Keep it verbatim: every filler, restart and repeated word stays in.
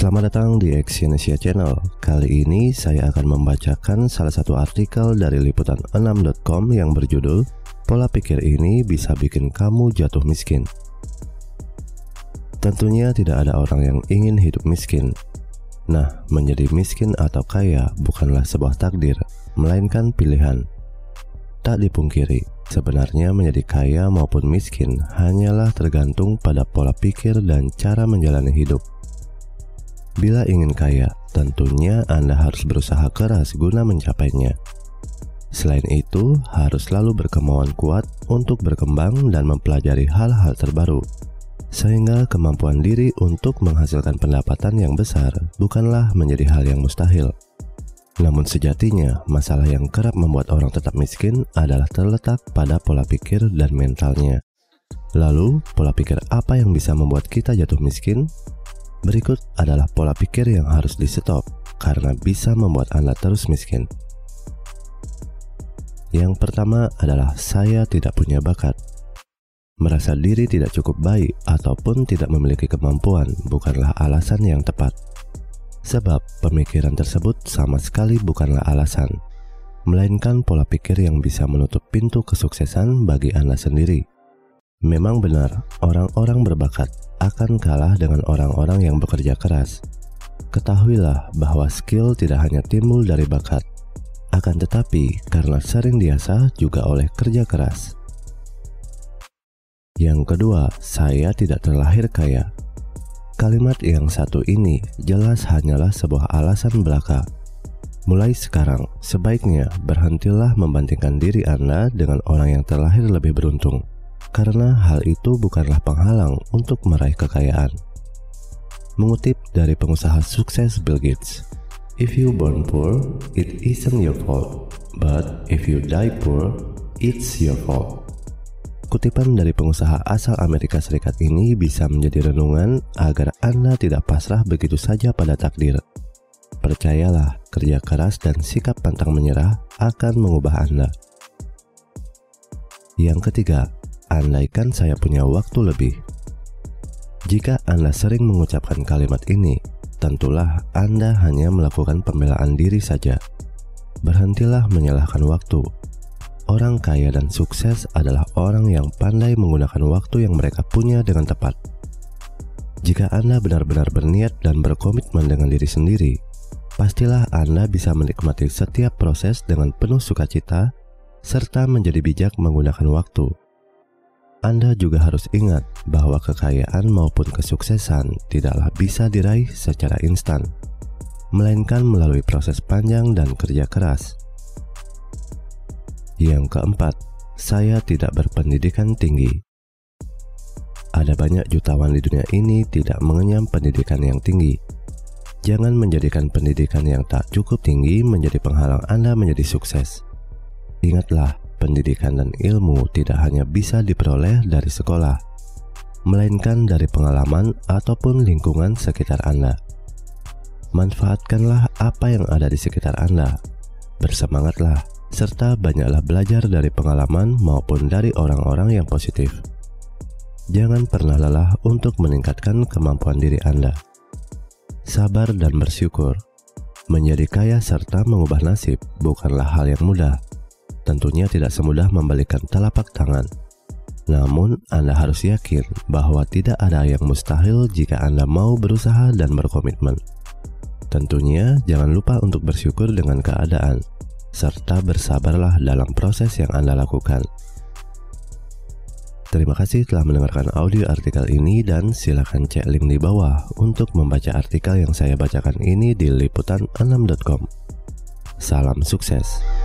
Selamat datang di Exyonesia Channel. Kali ini saya akan membacakan salah satu artikel dari liputan enam titik com yang berjudul Pola pikir ini bisa bikin kamu jatuh miskin. Tentunya tidak ada orang yang ingin hidup miskin. Nah, menjadi miskin atau kaya bukanlah sebuah takdir, melainkan pilihan. Tak dipungkiri, sebenarnya menjadi kaya maupun miskin hanyalah tergantung pada pola pikir dan cara menjalani hidup. Bila ingin kaya, tentunya Anda harus berusaha keras guna mencapainya. Selain itu, harus selalu berkemauan kuat untuk berkembang dan mempelajari hal-hal terbaru, sehingga kemampuan diri untuk menghasilkan pendapatan yang besar bukanlah menjadi hal yang mustahil. Namun sejatinya, masalah yang kerap membuat orang tetap miskin adalah terletak pada pola pikir dan mentalnya. Lalu, pola pikir apa yang bisa membuat kita jatuh miskin? Berikut adalah pola pikir yang harus di-stop karena bisa membuat Anda terus miskin. Yang pertama adalah saya tidak punya bakat. Merasa diri tidak cukup baik ataupun tidak memiliki kemampuan bukanlah alasan yang tepat. Sebab pemikiran tersebut sama sekali bukanlah alasan, melainkan pola pikir yang bisa menutup pintu kesuksesan bagi Anda sendiri. Memang benar, orang-orang berbakat akan kalah dengan orang-orang yang bekerja keras. Ketahuilah bahwa skill tidak hanya timbul dari bakat, akan tetapi karena sering diasah juga oleh kerja keras. Yang kedua, saya tidak terlahir kaya. Kalimat yang satu ini jelas hanyalah sebuah alasan belaka. Mulai sekarang, sebaiknya berhentilah membandingkan diri Anda dengan orang yang terlahir lebih beruntung. Karena hal itu bukanlah penghalang untuk meraih kekayaan. Mengutip dari pengusaha sukses Bill Gates, "If you born poor, it isn't your fault, but if you die poor, it's your fault." Kutipan dari pengusaha asal Amerika Serikat ini bisa menjadi renungan agar Anda tidak pasrah begitu saja pada takdir. Percayalah, kerja keras dan sikap pantang menyerah akan mengubah Anda. Yang ketiga, andaikan saya punya waktu lebih. Jika Anda sering mengucapkan kalimat ini, tentulah Anda hanya melakukan pembelaan diri saja. Berhentilah menyalahkan waktu. Orang kaya dan sukses adalah orang yang pandai menggunakan waktu yang mereka punya dengan tepat. Jika Anda benar-benar berniat dan berkomitmen dengan diri sendiri, pastilah Anda bisa menikmati setiap proses dengan penuh sukacita serta menjadi bijak menggunakan waktu. Anda juga harus ingat bahwa kekayaan maupun kesuksesan tidaklah bisa diraih secara instan, melainkan melalui proses panjang dan kerja keras. Yang keempat, saya tidak berpendidikan tinggi. Ada banyak jutawan di dunia ini tidak mengenyam pendidikan yang tinggi. Jangan menjadikan pendidikan yang tak cukup tinggi menjadi penghalang Anda menjadi sukses. Ingatlah, pendidikan dan ilmu tidak hanya bisa diperoleh dari sekolah, melainkan dari pengalaman ataupun lingkungan sekitar Anda. Manfaatkanlah apa yang ada di sekitar Anda. Bersemangatlah, serta banyaklah belajar dari pengalaman maupun dari orang-orang yang positif. Jangan pernah lelah untuk meningkatkan kemampuan diri Anda. Sabar dan bersyukur. Menjadi kaya serta mengubah nasib bukanlah hal yang mudah. Tentunya tidak semudah membalikkan telapak tangan. Namun, Anda harus yakin bahwa tidak ada yang mustahil jika Anda mau berusaha dan berkomitmen. Tentunya, jangan lupa untuk bersyukur dengan keadaan, serta bersabarlah dalam proses yang Anda lakukan. Terima kasih telah mendengarkan audio artikel ini dan silakan cek link di bawah untuk membaca artikel yang saya bacakan ini di liputan enam titik com. Salam sukses.